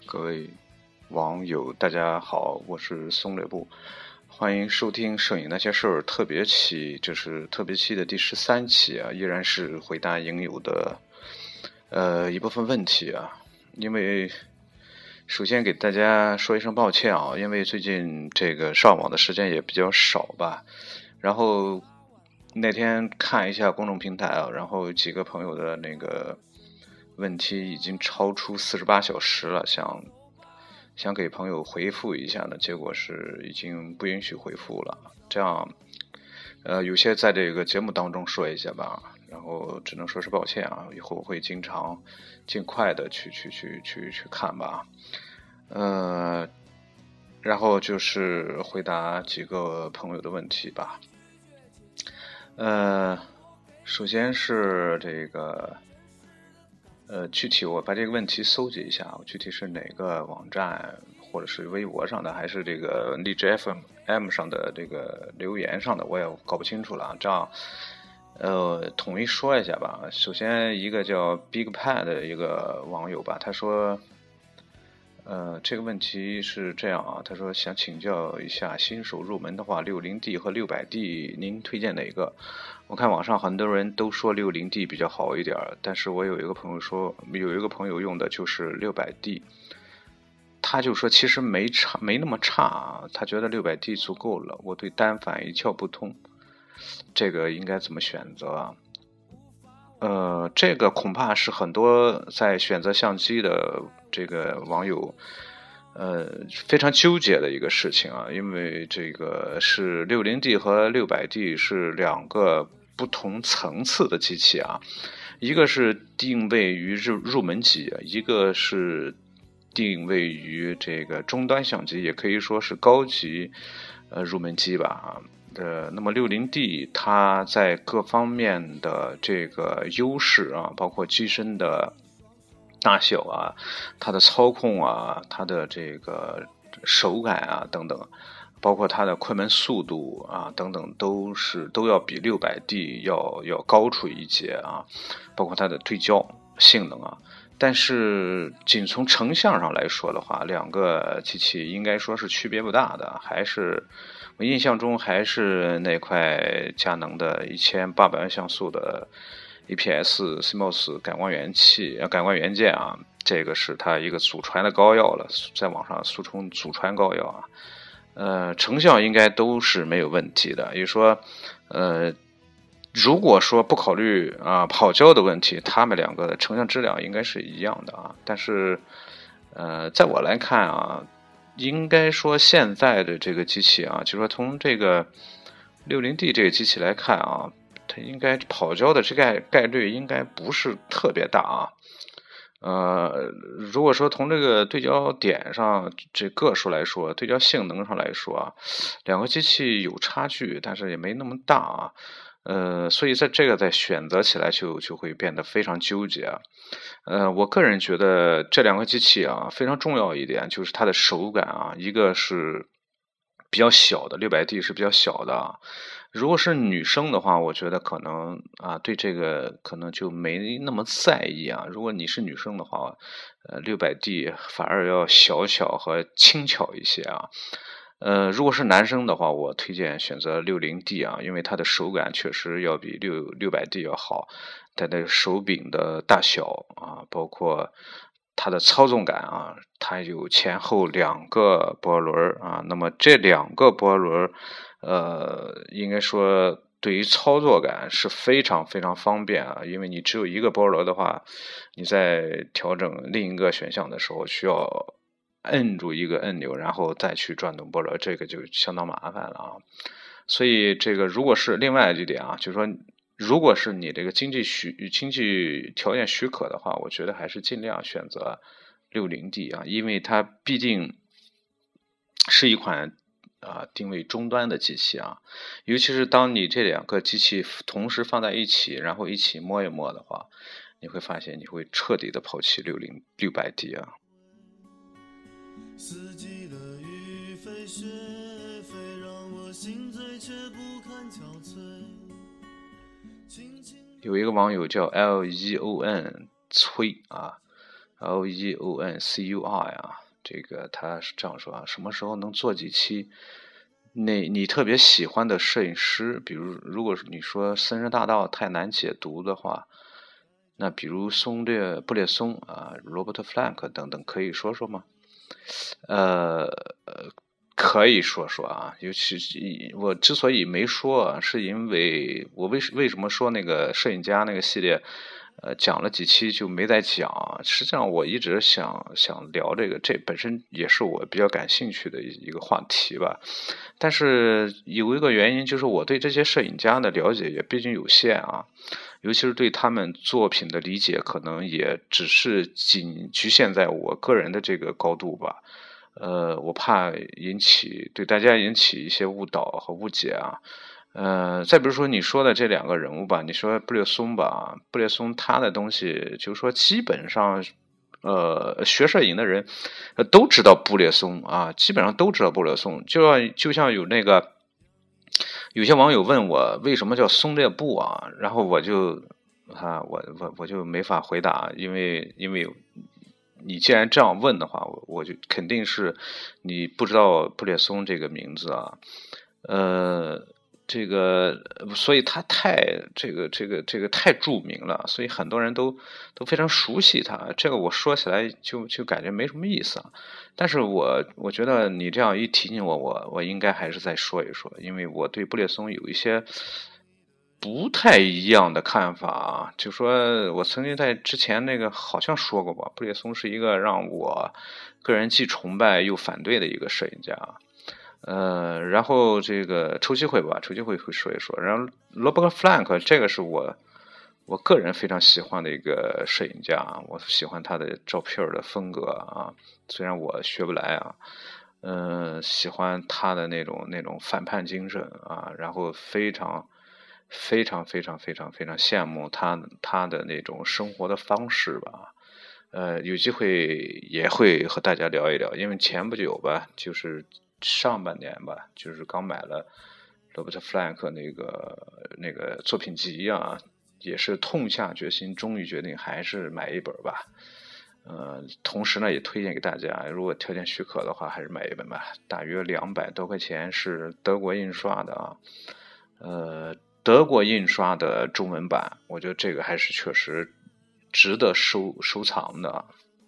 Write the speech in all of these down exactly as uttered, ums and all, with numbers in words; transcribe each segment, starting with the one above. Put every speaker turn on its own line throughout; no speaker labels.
各位网友大家好，我是松磊布，欢迎收听摄影那些事儿特别期，这是特别期的第十三期啊，依然是回答影友的呃一部分问题啊。因为首先给大家说一声抱歉啊，因为最近这个上网的时间也比较少吧，然后那天看一下公众平台啊，然后几个朋友的那个问题已经超出四十八小时了，想想给朋友回复一下呢，结果是已经不允许回复了。这样，呃，有些在这个节目当中说一下吧，然后只能说是抱歉啊，以后会经常尽快的去去去去去看吧。呃，然后就是回答几个朋友的问题吧。呃，首先是这个。呃，具体我把这个问题搜集一下，具体是哪个网站，或者是微博上的，还是这个荔枝 F M 上的这个留言上的，我也搞不清楚了。这样，呃，统一说一下吧。首先，一个叫 Big Pad 的一个网友吧，他说，呃，这个问题是这样啊，他说想请教一下，新手入门的话，六零 D 和六百 D 您推荐哪个？我看网上很多人都说六零 D 比较好一点，但是我有一个朋友说，有一个朋友用的就是六百 D， 他就说其实没差，没那么差啊，他觉得六百 D 足够了。我对单反一窍不通，这个应该怎么选择啊？呃，这个恐怕是很多在选择相机的这个网友，呃，非常纠结的一个事情啊，因为这个是六零 D 和六百 D 是两个不同层次的机器啊，一个是定位于入入门级，一个是定位于这个终端相机，也可以说是高级呃入门机吧啊。呃，那么六零 D 它在各方面的这个优势啊，包括机身的大小啊，它的操控啊，它的这个手感啊等等，包括它的快门速度啊等等，都是都要比六百 D 要要高出一截啊，包括它的对焦性能啊。但是仅从成像上来说的话，两个机器应该说是区别不大的，还是我印象中还是那块佳能的一千八百万像素的 A P S C M O S 感光元器、感光元件啊，这个是它一个祖传的膏药了，在网上俗称祖传膏药啊。呃，成像应该都是没有问题的，也就是说，呃。如果说不考虑啊跑焦的问题，他们两个的成像质量应该是一样的啊。但是，呃，在我来看啊，应该说现在的这个机器啊，就说从这个六零 D 这个机器来看啊，它应该跑焦的这概概率应该不是特别大啊。呃，如果说从这个对焦点上这个数来说，对焦性能上来说啊，两个机器有差距，但是也没那么大啊。呃，所以在这个在选择起来就就会变得非常纠结啊。呃，我个人觉得这两个机器啊，非常重要一点就是它的手感啊，一个是比较小的，六百 D 是比较小的啊。如果是女生的话，我觉得可能啊，对这个可能就没那么在意啊。如果你是女生的话，呃，六百 D 反而要小巧和轻巧一些啊。呃，如果是男生的话，我推荐选择六零 D 啊，因为它的手感确实要比六六百 D 要好，它的手柄的大小啊，包括它的操纵感啊，它有前后两个波轮啊，那么这两个波轮，呃，应该说对于操作感是非常非常方便啊，因为你只有一个波轮的话，你在调整另一个选项的时候需要摁住一个按钮，然后再去转动波轮，这个就相当麻烦了啊。所以这个如果是另外一点啊，就是说，如果是你这个经济许经济条件许可的话，我觉得还是尽量选择六零 D 啊，因为它毕竟是一款啊、呃、定位终端的机器啊，尤其是当你这两个机器同时放在一起，然后一起摸一摸的话，你会发现你会彻底的抛弃六零六百 D 啊。四季的雨飞雪飞，让我心醉却不堪憔悴。有一个网友叫 L E O N 崔啊， L E O N C U R 呀，这个他是这样说啊，什么时候能做几期那你特别喜欢的摄影师？比如如果你说森山大道太难解读的话，那比如松略布列松啊、罗伯特弗兰克等等，可以说说吗？呃，可以说说啊，尤其是我之所以没说，是因为我为为什么说那个摄影家那个系列，呃，讲了几期就没再讲。实际上我一直想想聊这个，这本身也是我比较感兴趣的一个话题吧。但是有一个原因就是我对这些摄影家的了解也毕竟有限啊。尤其是对他们作品的理解，可能也只是仅局限在我个人的这个高度吧。呃，我怕引起对大家引起一些误导和误解啊。呃，再比如说你说的这两个人物吧，你说布列松吧，布列松他的东西，就是说基本上，呃，学摄影的人都知道布列松啊，基本上都知道布列松，就像就像有那个。有些网友问我为什么叫松列布啊，然后我就啊，我我我就没法回答，因为因为你既然这样问的话，我我就肯定是你不知道布列松这个名字啊，呃，这个所以他太这个这个这个太著名了，所以很多人都都非常熟悉他。这个我说起来就就感觉没什么意思啊。但是我我觉得你这样一提醒我，我我应该还是再说一说，因为我对布列松有一些不太一样的看法啊。就说我曾经在之前那个好像说过吧，布列松是一个让我个人既崇拜又反对的一个摄影家。呃，然后这个抽机会吧，抽机会会说一说。然后罗伯特·弗兰克，这个是我我个人非常喜欢的一个摄影家，我喜欢他的照片的风格啊，虽然我学不来啊，嗯、呃，喜欢他的那种那种反叛精神啊，然后非常非常非常非常非常羡慕他他的那种生活的方式吧。呃，有机会也会和大家聊一聊，因为前不久吧，就是上半年吧，就是刚买了罗伯特·弗兰克那个那个作品集啊，也是痛下决心，终于决定还是买一本吧。呃，同时呢，也推荐给大家，如果条件许可的话，还是买一本吧，大约两百多块钱，是德国印刷的啊。呃，德国印刷的中文版，我觉得这个还是确实值得收收藏的。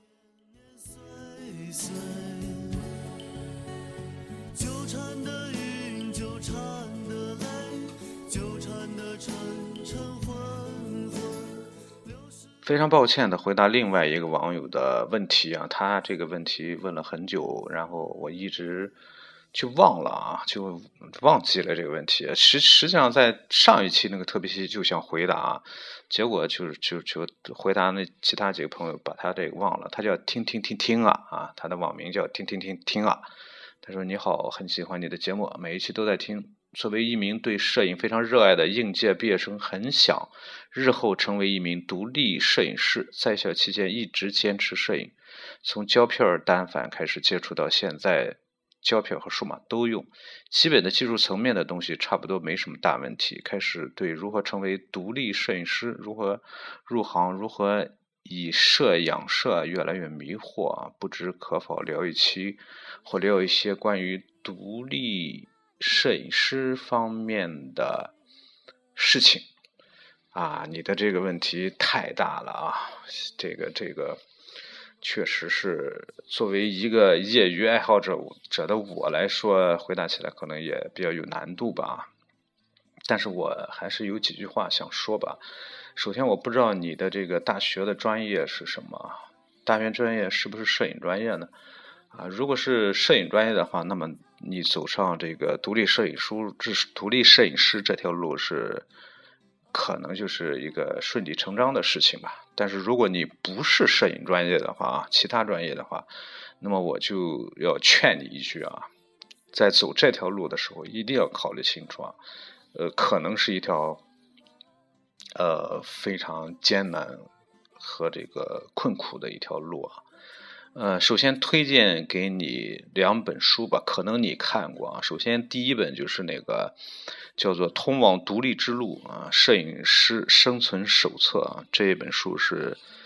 非常抱歉的回答另外一个网友的问题啊，他这个问题问了很久，然后我一直就忘了啊，就忘记了这个问题。实实际上在上一期那个特别期就想回答，结果就就就回答那其他几个朋友把他这个忘了。他叫听听听听啊啊，他的网名叫听听听听啊。他说：“你好，很喜欢你的节目，每一期都在听。作为一名对摄影非常热爱的应届毕业生，很想日后成为一名独立摄影师。在校期间一直坚持摄影，从胶片单反开始接触到现在，胶片和数码都用，基本的技术层面的东西差不多没什么大问题。开始对如何成为独立摄影师，如何入行，如何以摄养摄越来越迷惑啊！不知可否聊一期，或聊一些关于独立摄影师方面的事情啊？你的这个问题太大了啊！这个这个确实是作为一个业余爱好者者的我来说，回答起来可能也比较有难度吧。但是我还是有几句话想说吧。首先，我不知道你的这个大学的专业是什么，大学专业是不是摄影专业呢？啊，如果是摄影专业的话，那么你走上这个独立摄影师、独立摄影师这条路是可能就是一个顺理成章的事情吧。但是如果你不是摄影专业的话，其他专业的话，那么我就要劝你一句啊，在走这条路的时候一定要考虑清楚啊。呃，可能是一条呃非常艰难和这个困苦的一条路啊。呃，首先推荐给你两本书吧，可能你看过啊。首先第一本就是那个叫做《通往独立之路》啊，摄影师生存手册啊，这一本书是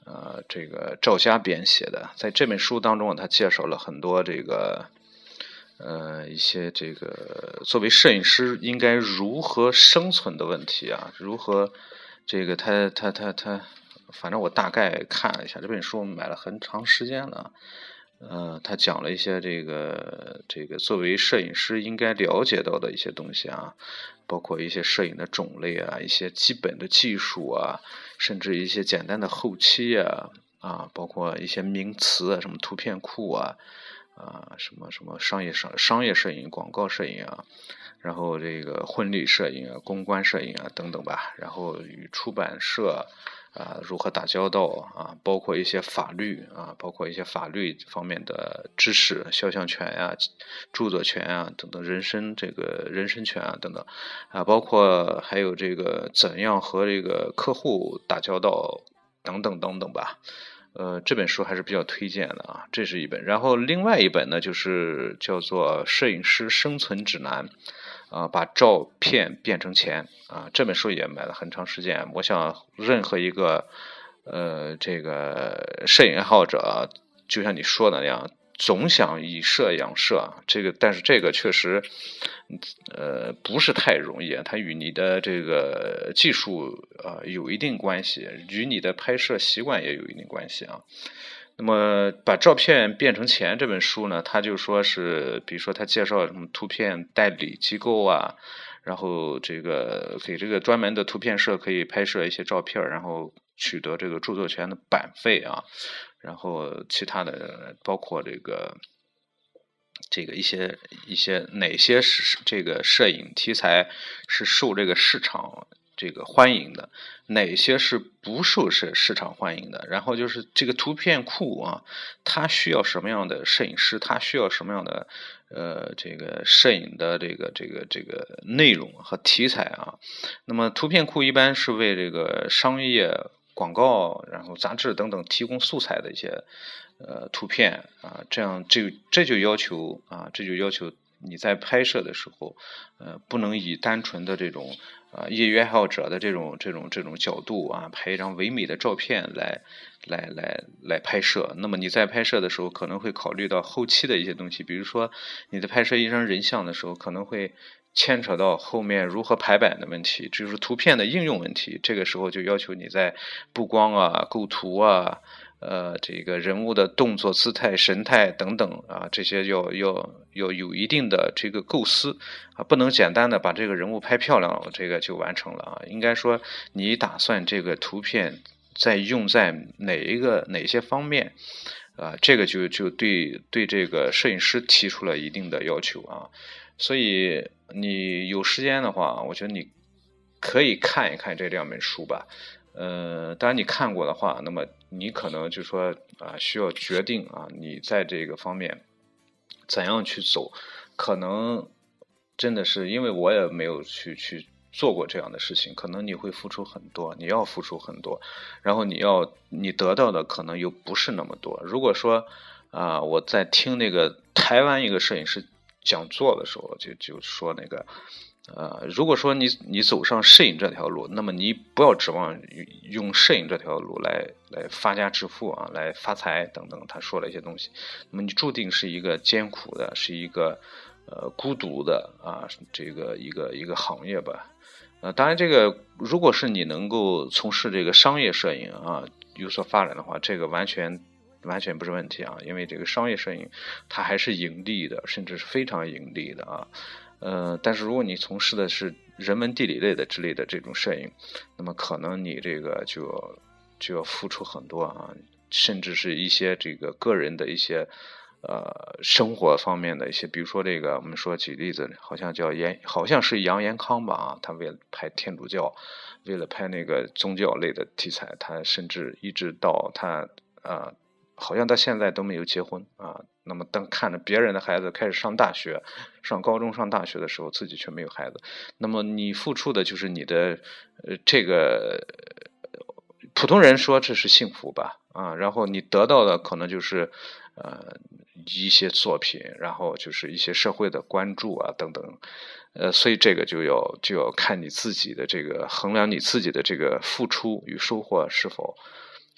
呃，这个赵家编写的。在这本书当中，他介绍了很多这个呃一些这个作为摄影师应该如何生存的问题啊，如何这个他他他他，反正我大概看了一下这本书，买了很长时间了。呃，他讲了一些这个这个作为摄影师应该了解到的一些东西啊，包括一些摄影的种类啊，一些基本的技术啊，甚至一些简单的后期啊，啊，包括一些名词啊，什么图片库啊，啊，什么什么商业商商业摄影、广告摄影啊，然后这个婚礼摄影啊、公关摄影啊等等吧，然后与出版社啊如何打交道啊，包括一些法律啊，包括一些法律方面的知识，肖像权呀、啊、著作权啊等等，人身这个人身权啊等等啊，包括还有这个怎样和这个客户打交道等等等等吧。呃，这本书还是比较推荐的啊，这是一本。然后另外一本呢，就是叫做《摄影师生存指南》。啊，把照片变成钱啊！这本书也买了很长时间。我想，任何一个呃这个摄影爱好者，就像你说的那样，总想以摄养摄。这个，但是这个确实，呃，不是太容易。它与你的这个技术啊、呃、有一定关系，与你的拍摄习惯也有一定关系啊。那么把照片变成钱这本书呢，他就说是，比如说他介绍什么图片代理机构啊，然后这个给这个专门的图片社可以拍摄一些照片，然后取得这个著作权的版费啊，然后其他的包括这个这个一些一些哪些是这个摄影题材是受这个市场这个欢迎的，哪些是不受市市场欢迎的，然后就是这个图片库啊，它需要什么样的摄影师，它需要什么样的呃这个摄影的这个这个这个内容和题材啊。那么图片库一般是为这个商业广告，然后杂志等等提供素材的一些呃图片啊，这样这这就要求啊，这就要求你在拍摄的时候，呃，不能以单纯的这种啊业余爱好者的这种这种这种角度啊，拍一张唯美的照片来来来来拍摄。那么你在拍摄的时候，可能会考虑到后期的一些东西，比如说你在拍摄一张人像的时候，可能会牵扯到后面如何排版的问题，就是图片的应用问题。这个时候就要求你在布光啊、构图啊。呃，这个人物的动作、姿态、神态等等啊，这些要要要有一定的这个构思啊，不能简单的把这个人物拍漂亮了，这个就完成了啊。应该说，你打算这个图片在用在哪一个哪些方面啊？这个就就对对这个摄影师提出了一定的要求啊。所以你有时间的话，我觉得你可以看一看这两本书吧。呃，当然你看过的话，那么你可能就说啊，需要决定啊，你在这个方面怎样去走，可能真的是因为我也没有去去做过这样的事情，可能你会付出很多，你要付出很多，然后你要你得到的可能又不是那么多。如果说啊，我在听那个台湾一个摄影师讲座的时候，就就说那个。呃，如果说你你走上摄影这条路，那么你不要指望用摄影这条路来来发家致富啊，来发财等等。他说了一些东西，那么你注定是一个艰苦的，是一个呃孤独的啊，这个一个一个行业吧。呃，当然这个如果是你能够从事这个商业摄影啊有所发展的话，这个完全完全不是问题啊，因为这个商业摄影它还是盈利的，甚至是非常盈利的啊。呃，但是如果你从事的是人文地理类的之类的这种摄影，那么可能你这个就要就要付出很多啊，甚至是一些这个个人的一些呃生活方面的一些，比如说这个我们说举例子，好像叫严，好像是杨延康吧啊，他为了拍天主教，为了拍那个宗教类的题材，他甚至一直到他呃。好像到现在都没有结婚啊。那么当看着别人的孩子开始上大学、上高中、上大学的时候，自己却没有孩子。那么你付出的就是你的呃这个普通人说这是幸福吧啊，然后你得到的可能就是呃一些作品，然后就是一些社会的关注啊等等。呃，所以这个就要就要看你自己的这个衡量你自己的这个付出与收获是否。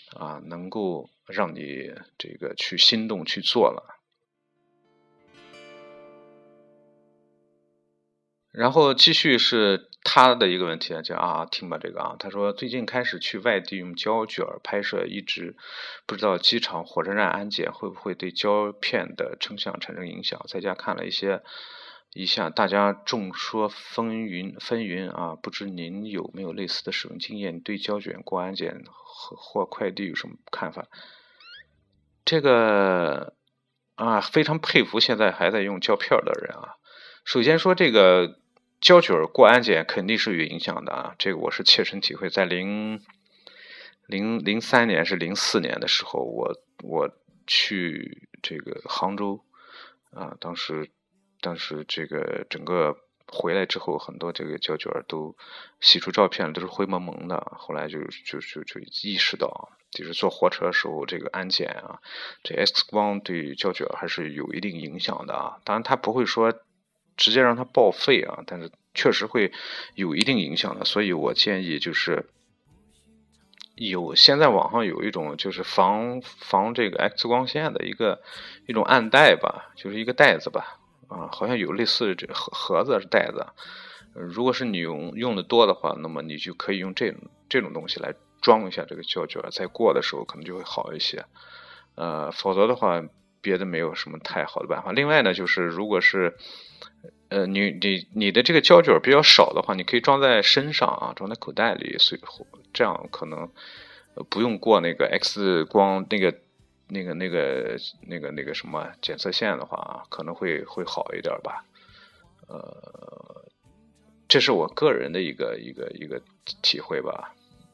啊，能够让你这个去心动去做了。然后继续是他的一个问题啊，讲啊，听吧这个啊，他说最近开始去外地用胶卷拍摄，一直不知道机场、火车站安检会不会对胶片的成像产生影响。在家看了一些一下，大家众说纷纭纷纭啊，不知您有没有类似的使用经验？对胶卷过安检和或快递有什么看法？这个啊，非常佩服现在还在用胶片的人啊。首先说这个胶卷过安检肯定是有影响的啊，这个我是切身体会。在零零零三年是零四年的时候，我我去这个杭州啊，当时当时这个整个回来之后，很多这个胶卷都洗出照片都是灰蒙蒙的。后来就就就就意识到，就是坐火车的时候这个安检啊，这 X 光对胶卷还是有一定影响的啊。当然，它不会说直接让它报废啊，但是确实会有一定影响的。所以我建议就是有现在网上有一种就是防防这个 X 光线的一个一种暗袋吧，就是一个袋子吧，啊，好像有类似这盒盒子是袋子。如果是你用用的多的话，那么你就可以用这种这种东西来装一下这个胶卷，在过的时候可能就会好一些。呃，否则的话，别的没有什么太好的办法。另外呢，就是如果是呃，你你你的这个胶卷比较少的话，你可以装在身上啊，装在口袋里，所以这样可能不用过那个 X 光那个那个那个那个那个什么检测线的话，可能会会好一点吧。呃，这是我个人的一个一个一个体会吧。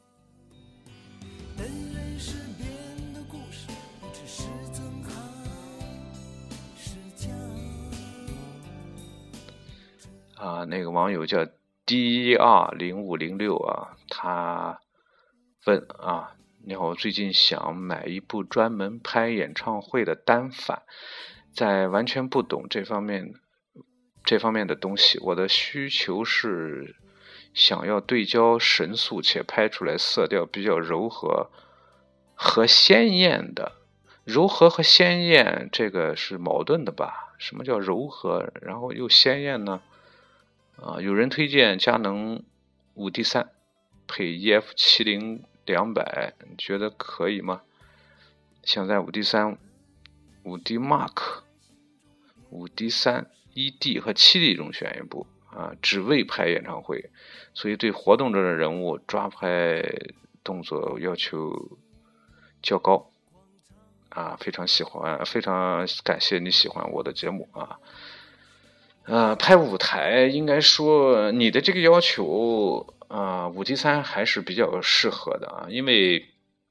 啊，那个网友叫 D 二零五零六啊，他问啊，你好，我最近想买一部专门拍演唱会的单反，在完全不懂这方面这方面的东西，我的需求是想要对焦神速且拍出来色调比较柔和和鲜艳的。柔和和鲜艳这个是矛盾的吧？什么叫柔和，然后又鲜艳呢？啊，有人推荐佳能 五 D 三配 E F 七零两百，你觉得可以吗？想在 五 D 三、五 D Mark、五 D 三、一 D 和七 D 中选一部啊，只为拍演唱会，所以对活动中的人物抓拍动作要求较高啊，非常喜欢，非常感谢你喜欢我的节目啊。呃，拍舞台应该说你的这个要求啊，五 D 三还是比较适合的啊，因为，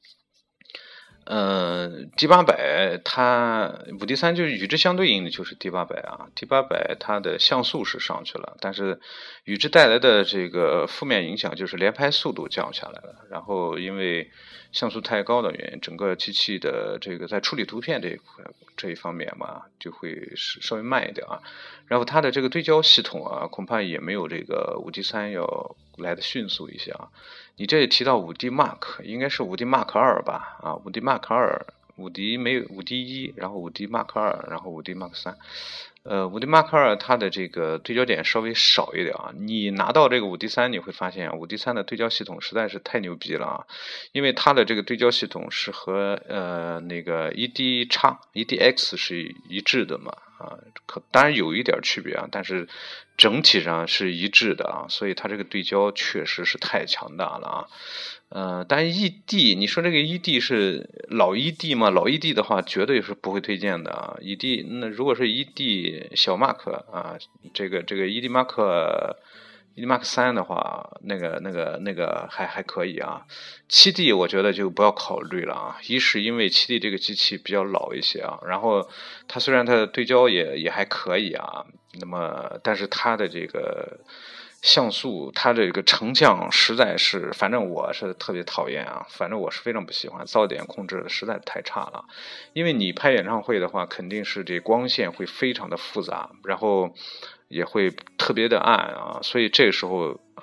嗯 ，D 八百它五 D 三就与之相对应的就是 D 八百啊，D 八百它的像素是上去了，但是与之带来的这个负面影响就是连拍速度降下来了，然后因为像素太高的原因，整个机器的这个在处理图片这一块这一方面嘛，就会稍微慢一点啊。然后它的这个对焦系统啊，恐怕也没有这个五 D 三要来的迅速一些啊。你这里提到五 D Mark， 应该是五 D Mark 二吧？啊，五 D Mark 二，五 D 没有五 D 一，然后五 D Mark 二，然后五 D Mark 三。呃，五 D Mark 二它的这个对焦点稍微少一点啊。你拿到这个五 D 三，你会发现五 D 三的对焦系统实在是太牛逼了啊！因为它的这个对焦系统是和呃那个 E D X、E D X 是一致的嘛啊，可当然有一点区别啊，但是整体上是一致的啊，所以它这个对焦确实是太强大了啊。呃，但 E D， 你说这个 E D 是老 E D 吗？老 E D 的话，绝对是不会推荐的啊。E D， 那如果是 E D 小 Mark 啊，这个这个 E D Mark。E D Mark 三的话，那个、那个、那个还还可以啊。七 D 我觉得就不要考虑了啊。一是因为七 D 这个机器比较老一些啊，然后它虽然它的对焦也也还可以啊，那么但是它的这个像素，它这个成像实在是，反正我是特别讨厌啊，反正我是非常不喜欢，噪点控制的实在太差了。因为你拍演唱会的话，肯定是这光线会非常的复杂，然后也会特别的暗啊，所以这个时候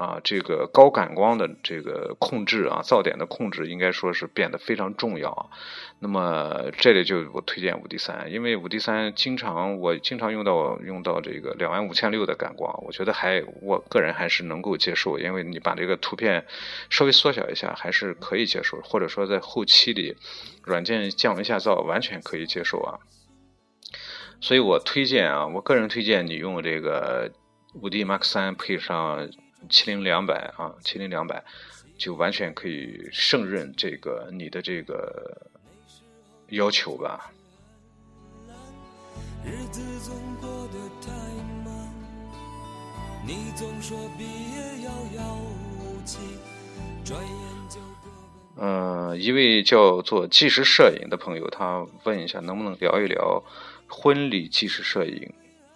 啊，这个高感光的这个控制啊，噪点的控制应该说是变得非常重要。那么这里就我推荐五 D 三，因为五 D 三经常我经常用到用到这个两万五千六的感光，我觉得还我个人还是能够接受，因为你把这个图片稍微缩小一下还是可以接受，或者说在后期里软件降一下噪完全可以接受啊。所以我推荐啊，我个人推荐你用这个五 D Mark 三配上七零两百啊，七零两百就完全可以胜任这个你的这个要求吧。日子总过得太慢，你总说毕业遥遥无期，转眼就过。呃，一位叫做纪实摄影的朋友，他问一下能不能聊一聊婚礼纪实摄影。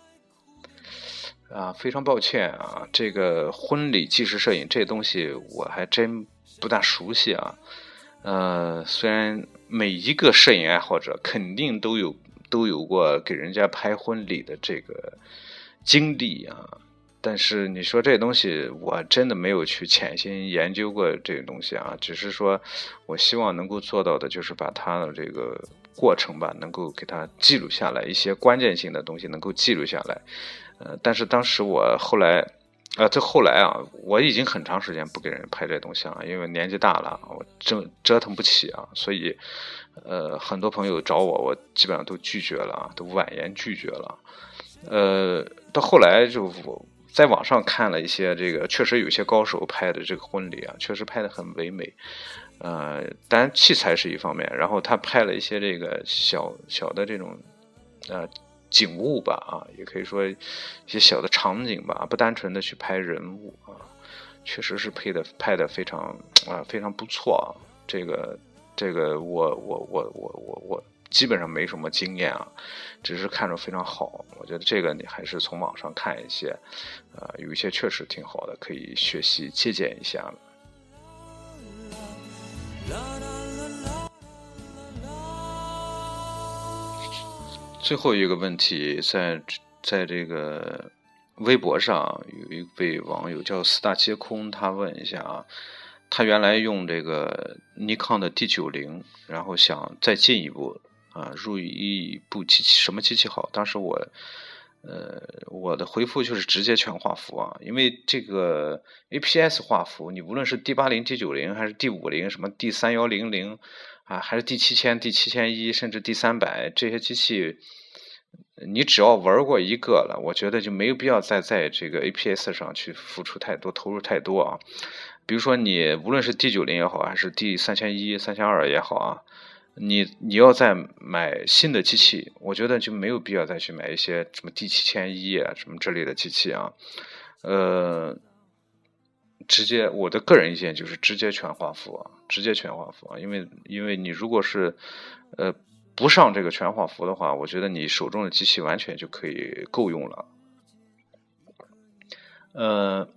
啊，非常抱歉啊，这个婚礼纪实摄影这东西我还真不大熟悉啊。呃，虽然每一个摄影爱好者肯定都有都有过给人家拍婚礼的这个经历啊，但是你说这东西我真的没有去潜心研究过这个东西啊，只是说我希望能够做到的就是把它的这个过程吧，能够给它记录下来，一些关键性的东西能够记录下来。呃，但是当时我后来，呃，这后来啊，我已经很长时间不给人拍这东西了，因为年纪大了，我折折腾不起啊，所以，呃，很多朋友找我，我基本上都拒绝了，都婉言拒绝了。呃，到后来就我在网上看了一些这个，确实有些高手拍的这个婚礼啊，确实拍得很唯美。呃，当然器材是一方面，然后他拍了一些这个小小的这种，呃。景物吧啊，也可以说一些小的场景吧，不单纯的去拍人物啊，确实是拍的拍的非常啊非常不错啊。这个这个我我我我我我基本上没什么经验啊，只是看着非常好。我觉得这个你还是从网上看一些，啊，有一些确实挺好的，可以学习借鉴一下。最后一个问题，在在这个微博上有一位网友叫四大皆空，他问一下啊，他原来用这个尼康的 D 九十，然后想再进一步啊入一部机器，什么机器好？当时我呃我的回复就是直接全画幅啊，因为这个 A P S 画幅，你无论是 D 八十、D 九十还是 D 五十，什么 D 三一零零。啊，还是 D 七千、D 七千一，甚至 D 三百这些机器，你只要玩过一个了，我觉得就没有必要再在这个 A P S 上去付出太多、投入太多啊。比如说你无论是 D 九十也好，还是 D 三千一、三千二也好啊，你你要再买新的机器，我觉得就没有必要再去买一些什么 D 七千一啊什么之类的机器啊，呃。直接我的个人意见就是直接全画幅啊，直接全画幅啊，因为因为你如果是呃不上这个全画幅的话，我觉得你手中的机器完全就可以够用了。呃，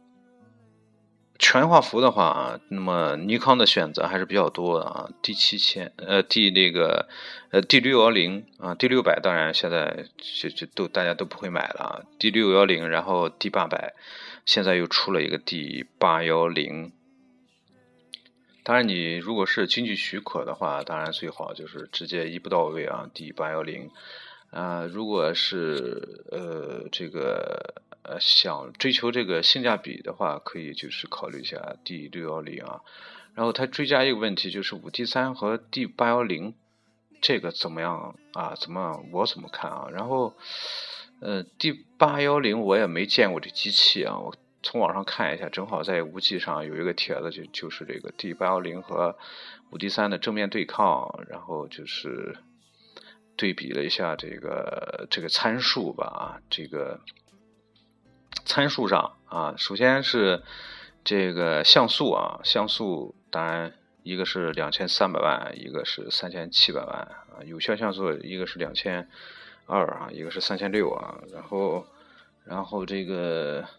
全画幅的话，那么尼康的选择还是比较多的啊。D 七千呃 D 那个呃 D 六一零啊 D 六百当然现在就就都大家都不会买了啊 D 六一零，然后 D 八百。现在又出了一个 D 八一零，当然你如果是经济许可的话，当然最好就是直接一步到位啊 D 八一零，啊，如果是呃这个呃想追求这个性价比的话，可以就是考虑一下 D 六一零啊。然后他追加一个问题，就是五 D 三和 D 八一零这个怎么样啊？怎么我怎么看啊？然后。呃 ，D 八一零我也没见过这机器啊，我从网上看一下，正好在无忌上有一个帖子，就就是这个 D 八一零和五 D 三的正面对抗，然后就是对比了一下这个这个参数吧，啊，这个参数上啊，首先是这个像素啊，像素当然一个是两千三百万，一个是三千七百万啊，有效像素一个是两千。二啊，一个是三千六啊，然后，然后这个，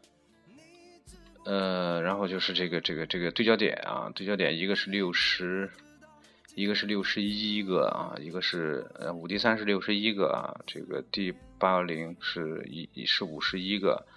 呃，然后就是这个这个这个对焦点啊，对焦点一个是六十，一个是六十一个啊，一个是呃五 D 三是六十一个啊，这个 D 八一零是一是五十一个，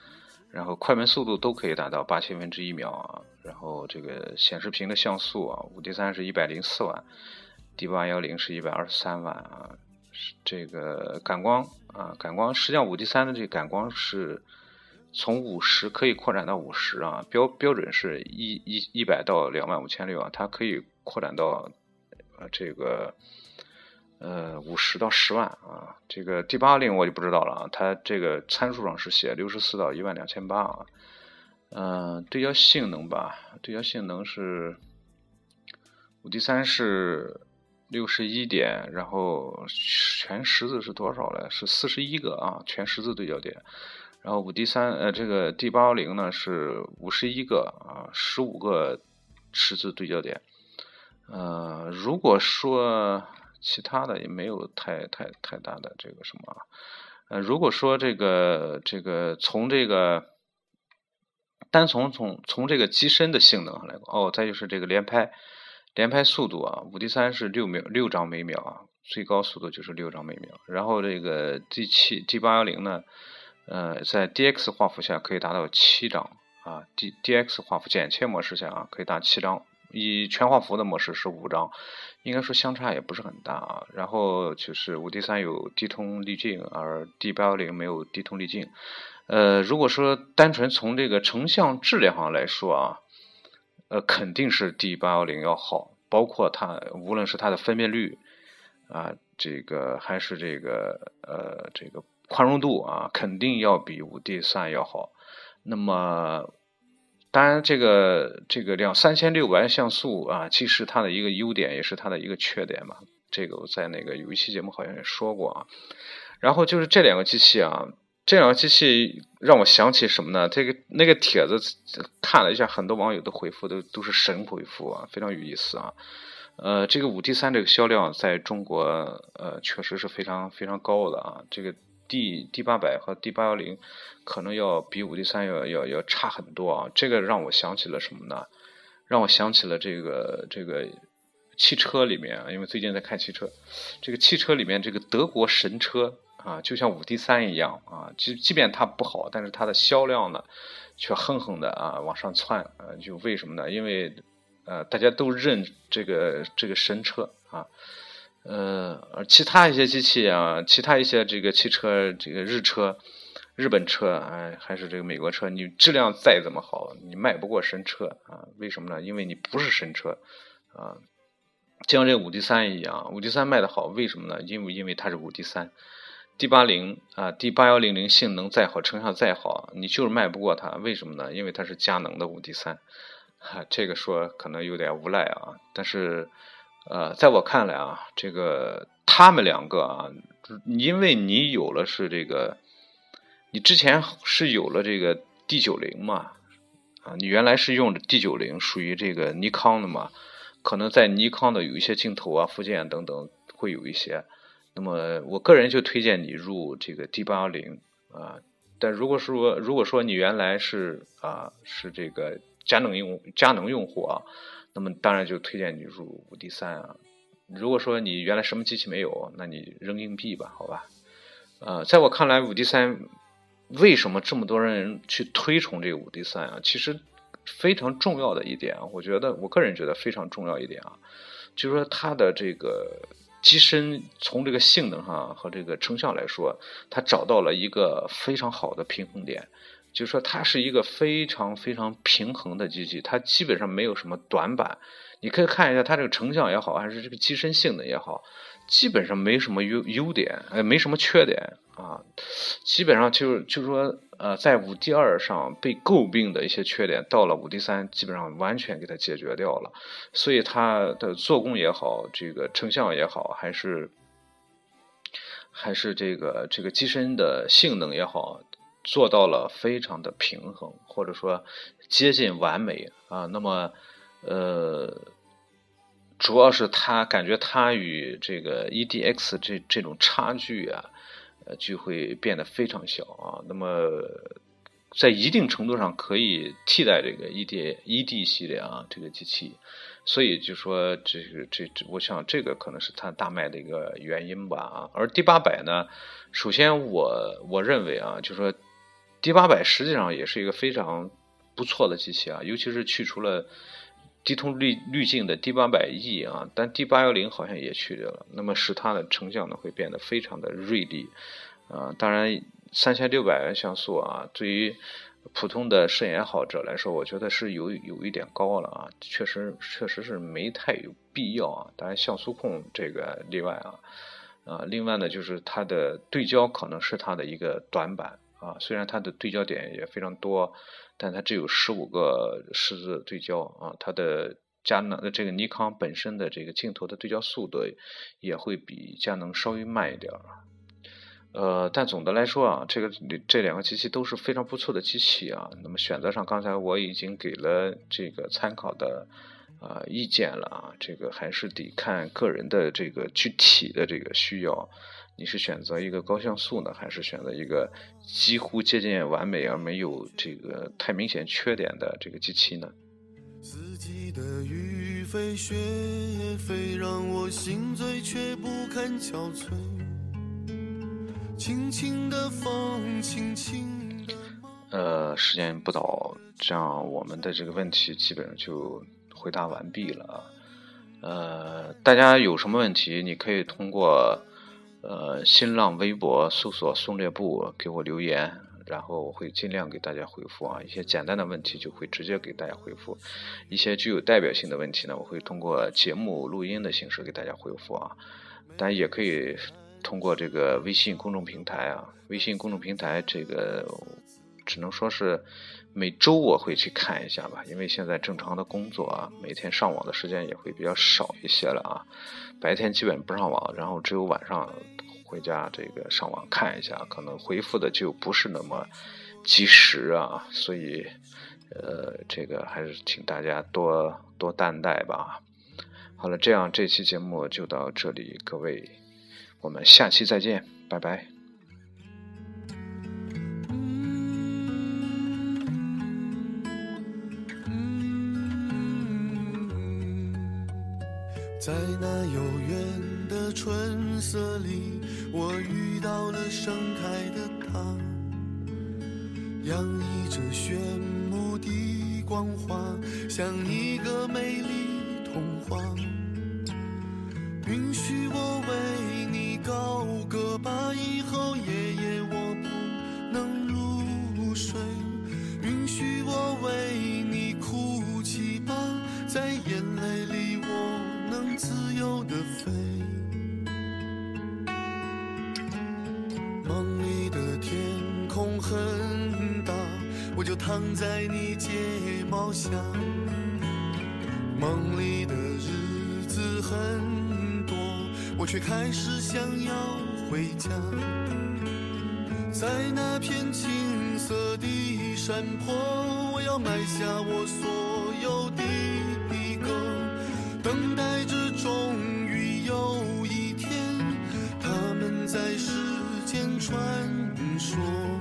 然后快门速度都可以达到八千分之一秒啊，然后这个显示屏的像素啊，五 D 三是一百零四万 ，D 八一零是一百二十三万啊，这个感光啊，感光实际上五 D 三的这个感光是从五十可以扩展到五十啊，标标准是一一一百到两万五千六啊，它可以扩展到呃这个。呃，五十到十万啊，这个 D 八零我就不知道了啊，它这个参数上是写六十四到一万两千八啊。嗯、呃，对焦性能吧，对焦性能是五 D 三是六十一点，然后全十字是多少来？是四十一个啊，全十字对焦点。然后五 D 三呃，这个 D 八零呢是五十一个啊，十五个十字对焦点。呃，如果说其他的也没有太太太大的这个什么，呃，如果说这个这个从这个单从从从这个机身的性能上来讲，哦，再就是这个连拍连拍速度啊，五 D 三是六秒六张每秒啊，最高速度就是六张每秒。然后这个 D 七 D 八一零呢，呃，在 D X 画幅下可以达到七张啊 ，D D X 画幅剪切模式下啊可以达七张。以全画幅的模式是五张，应该说相差也不是很大啊。然后就是五 D 三有低通滤镜，而 D 八一零没有低通滤镜。呃，如果说单纯从这个成像质量上来说啊，呃，肯定是 D 八一零要好，包括它无论是它的分辨率啊，这个还是这个呃这个宽容度啊，肯定要比五 D 三要好。那么当然，这个这个两三千六百万像素啊，既是它的一个优点，也是它的一个缺点嘛。这个我在那个有一期节目好像也说过啊。然后就是这两个机器啊，这两个机器让我想起什么呢？这个那个帖子看了一下，很多网友的回复都都是神回复啊，非常有意思啊。呃，这个五 D 三这个销量在中国呃确实是非常非常高的啊，这个。D D 八百和 D 八一零可能要比五 D 三要要要差很多啊，这个让我想起了什么呢？让我想起了这个这个汽车里面，因为最近在看汽车，这个汽车里面这个德国神车啊，就像五 D 三一样啊，即即便它不好，但是它的销量呢却哼哼的啊往上窜啊，就为什么呢？因为呃大家都认这个这个神车啊。呃，而其他一些机器啊，其他一些这个汽车，这个日车、日本车，哎，还是这个美国车，你质量再怎么好，你卖不过神车啊？为什么呢？因为你不是神车啊，就像这五 D 三一样，五 D 三卖的好，为什么呢？因为因为它是五 D 三，D 八零啊，D 八一零零性能再好，成像再好，你就是卖不过它，为什么呢？因为它是佳能的五 D 三，哈，这个说可能有点无赖啊，但是。呃，在我看来啊，这个他们两个啊，因为你有了是这个，你之前是有了这个 D 九零嘛，啊，你原来是用的 D 九零，属于这个尼康的嘛，可能在尼康的有一些镜头啊、附件等等会有一些。那么我个人就推荐你入这个 D 八一零啊，但如果说如果说你原来是啊是这个佳能用佳能用户啊。那么当然就推荐你入五 D 三啊。如果说你原来什么机器没有，那你扔硬币吧，好吧。呃，在我看来，五 D 三为什么这么多人去推崇这个五 D 三啊？其实非常重要的一点啊，我觉得我个人觉得非常重要一点啊，就是说它的这个机身从这个性能上和这个成像来说，它找到了一个非常好的平衡点。就是说它是一个非常非常平衡的机器，它基本上没有什么短板。你可以看一下它这个成像也好，还是这个机身性能也好，基本上没什么优优点，呃，没什么缺点啊。基本上就就是说，呃，在五 D 二上被诟病的一些缺点，到了五 D 三基本上完全给它解决掉了。所以它的做工也好，这个成像也好，还是还是这个这个机身的性能也好。做到了非常的平衡，或者说接近完美啊。那么，呃，主要是它感觉它与这个 E D X 这这种差距啊，呃，就会变得非常小啊。那么，在一定程度上可以替代这个 E D E D 系列啊这个机器，所以就说这个这这，我想这个可能是它大卖的一个原因吧啊。而 D 八百呢，首先我我认为啊，就说。 D 八百实际上也是一个非常不错的机器啊，尤其是去除了低通滤滤镜的 D 八百 E 啊，但 D 八十好像也去掉了，那么使它的成像呢会变得非常的锐利啊。当然三千六百万像素啊，对于普通的摄影爱好者来说，我觉得是有有一点高了啊，确实确实是没太有必要啊。当然像素控这个例外啊，啊，另外呢就是它的对焦可能是它的一个短板啊，虽然它的对焦点也非常多，但它只有十五个十字对焦啊，它的佳能这个尼康本身的这个镜头的对焦速度也会比佳能稍微慢一点。呃，但总的来说啊，这个这两个机器都是非常不错的机器啊。那么选择上，刚才我已经给了这个参考的啊、呃、意见了啊。这个还是得看个人的这个具体的这个需要。你是选择一个高像素呢，还是选择一个几乎接近完美而没有这个太明显缺点的这个机器呢？
四季的雨飞雪飞，让我心醉却不堪憔悴。轻轻的风，轻轻的
呃，时间不早，这样我们的这个问题基本上就回答完毕了啊。呃，大家有什么问题，你可以通过呃新浪微博搜索宋列部给我留言，然后我会尽量给大家回复啊。一些简单的问题就会直接给大家回复，一些具有代表性的问题呢，我会通过节目录音的形式给大家回复啊。当然也可以通过这个微信公众平台啊，微信公众平台这个只能说是每周我会去看一下吧，因为现在正常的工作啊，每天上网的时间也会比较少一些了啊，白天基本不上网，然后只有晚上回家这个上网看一下，可能回复的就不是那么及时啊，所以呃，这个还是请大家多多担待吧。好了，这样这期节目就到这里，各位，我们下期再见，拜拜。
在那遥远的春色里，我遇到了盛开的她，洋溢着炫目的光华，像一个美丽童话。允许我为你高歌吧，以后夜夜我不能入睡。允许我为你哭泣吧，在眼泪里我能自由地飞。梦里的天空很大，我就躺在你睫毛下。梦里的日子很多，我却开始想要回家。在那片青色的山坡，我要埋下我所有的一个，等待着终于有一天，他们在世间传说。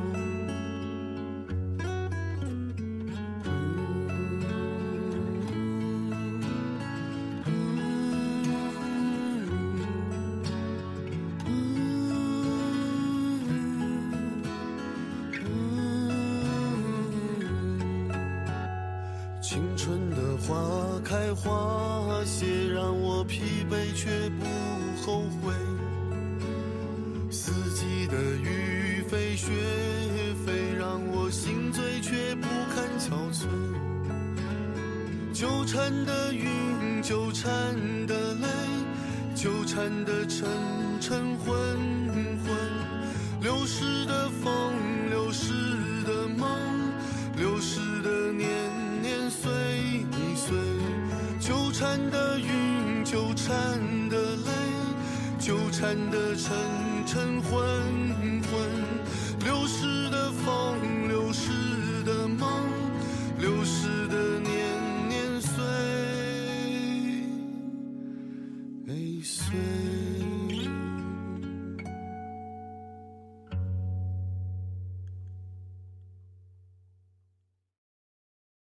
青春的花开花谢，让我疲惫却不后悔。四季的雨飞雪飞，让我心醉却不堪憔悴。纠缠的云，纠缠的泪，纠缠的沉沉昏昏，流逝的风，流逝的梦，流逝的年年岁岁，纠缠的云，纠缠的泪，纠缠的沉沉昏昏。